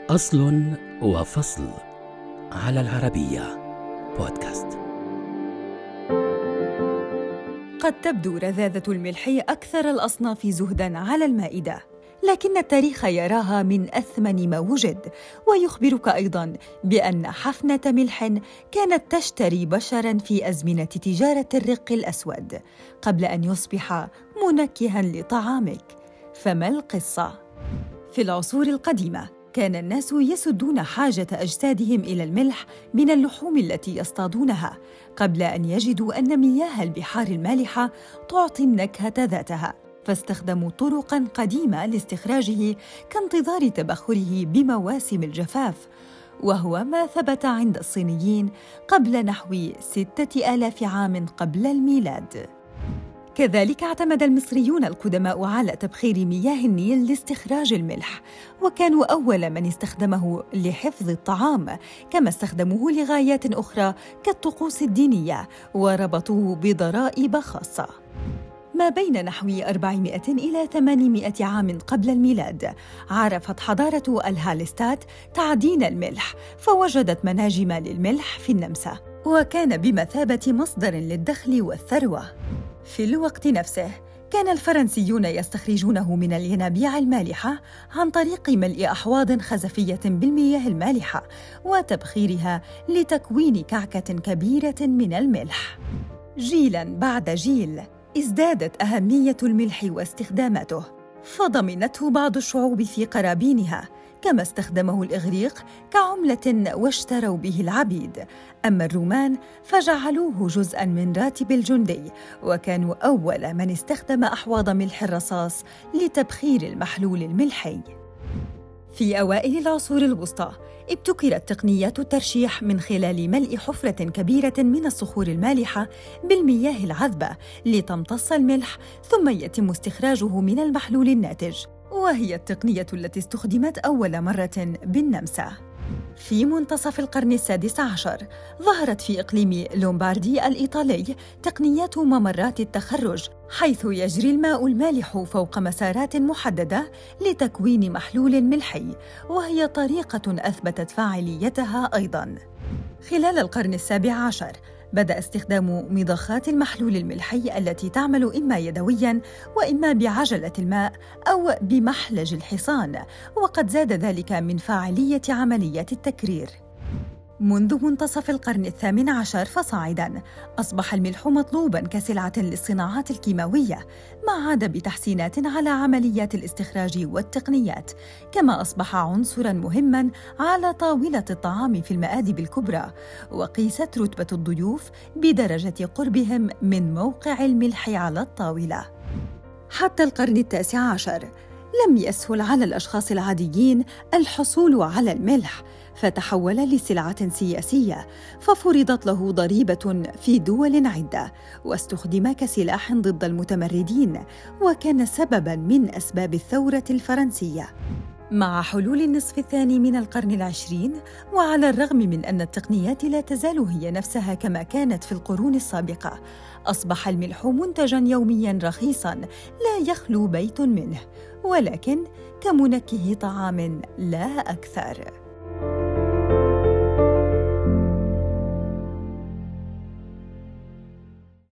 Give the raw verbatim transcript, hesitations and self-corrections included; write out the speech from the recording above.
أصل وفصل على العربية بودكاست. قد تبدو رذاذة الملح أكثر الأصناف زهداً على المائدة، لكن التاريخ يراها من أثمن ما وجد، ويخبرك أيضاً بأن حفنة ملح كانت تشتري بشراً في أزمنة تجارة الرق الأسود قبل أن يصبح منكهاً لطعامك. فما القصة؟ في العصور القديمة كان الناس يسدون حاجة أجسادهم إلى الملح من اللحوم التي يصطادونها، قبل أن يجدوا أن مياه البحار المالحة تعطي النكهة ذاتها، فاستخدموا طرقاً قديمة لاستخراجه كانتظار تبخره بمواسم الجفاف، وهو ما ثبت عند الصينيين قبل نحو ستة آلاف عام قبل الميلاد. كذلك اعتمد المصريون القدماء على تبخير مياه النيل لاستخراج الملح، وكانوا أول من استخدمه لحفظ الطعام، كما استخدموه لغايات أخرى كالطقوس الدينية، وربطوه بضرائب خاصة. ما بين نحو أربعمائة إلى ثمانمائة عام قبل الميلاد عرفت حضارة الهالستات تعدين الملح، فوجدت مناجم للملح في النمسا، وكان بمثابة مصدر للدخل والثروة. في الوقت نفسه كان الفرنسيون يستخرجونه من الينابيع المالحة عن طريق ملء أحواض خزفية بالمياه المالحة وتبخيرها لتكوين كعكة كبيرة من الملح. جيلاً بعد جيل ازدادت أهمية الملح واستخداماته، فضمنته بعض الشعوب في قرابينها، كما استخدمه الإغريق كعملة واشتروا به العبيد. أما الرومان فجعلوه جزءاً من راتب الجندي، وكانوا أول من استخدم أحواض ملح الرصاص لتبخير المحلول الملحي. في أوائل العصور الوسطى ابتكرت تقنيات الترشيح من خلال ملء حفرة كبيرة من الصخور المالحة بالمياه العذبة لتمتص الملح، ثم يتم استخراجه من المحلول الناتج، وهي التقنية التي استخدمت أول مرة بالنمسا. في منتصف القرن السادس عشر ظهرت في إقليم لومباردي الإيطالي تقنيات ممرات التخرج، حيث يجري الماء المالح فوق مسارات محددة لتكوين محلول ملحي، وهي طريقة أثبتت فاعليتها أيضاً. خلال القرن السابع عشر بدأ استخدام مضخات المحلول الملحي التي تعمل إما يدوياً وإما بعجلة الماء أو بمحلج الحصان، وقد زاد ذلك من فاعلية عملية التكرير. منذ منتصف القرن الثامن عشر فصاعداً أصبح الملح مطلوباً كسلعة للصناعات الكيماوية، ما عاد بتحسينات على عمليات الاستخراج والتقنيات، كما أصبح عنصراً مهماً على طاولة الطعام في المآدب الكبرى، وقيست رتبة الضيوف بدرجة قربهم من موقع الملح على الطاولة. حتى القرن التاسع عشر لم يسهل على الأشخاص العاديين الحصول على الملح، فتحول لسلعة سياسية، ففرضت له ضريبة في دول عدة، واستخدم كسلاح ضد المتمردين، وكان سبباً من أسباب الثورة الفرنسية. مع حلول النصف الثاني من القرن العشرين، وعلى الرغم من أن التقنيات لا تزال هي نفسها كما كانت في القرون السابقة، أصبح الملح منتجاً يومياً رخيصاً لا يخلو بيت منه، ولكن كمنكه طعام لا أكثر.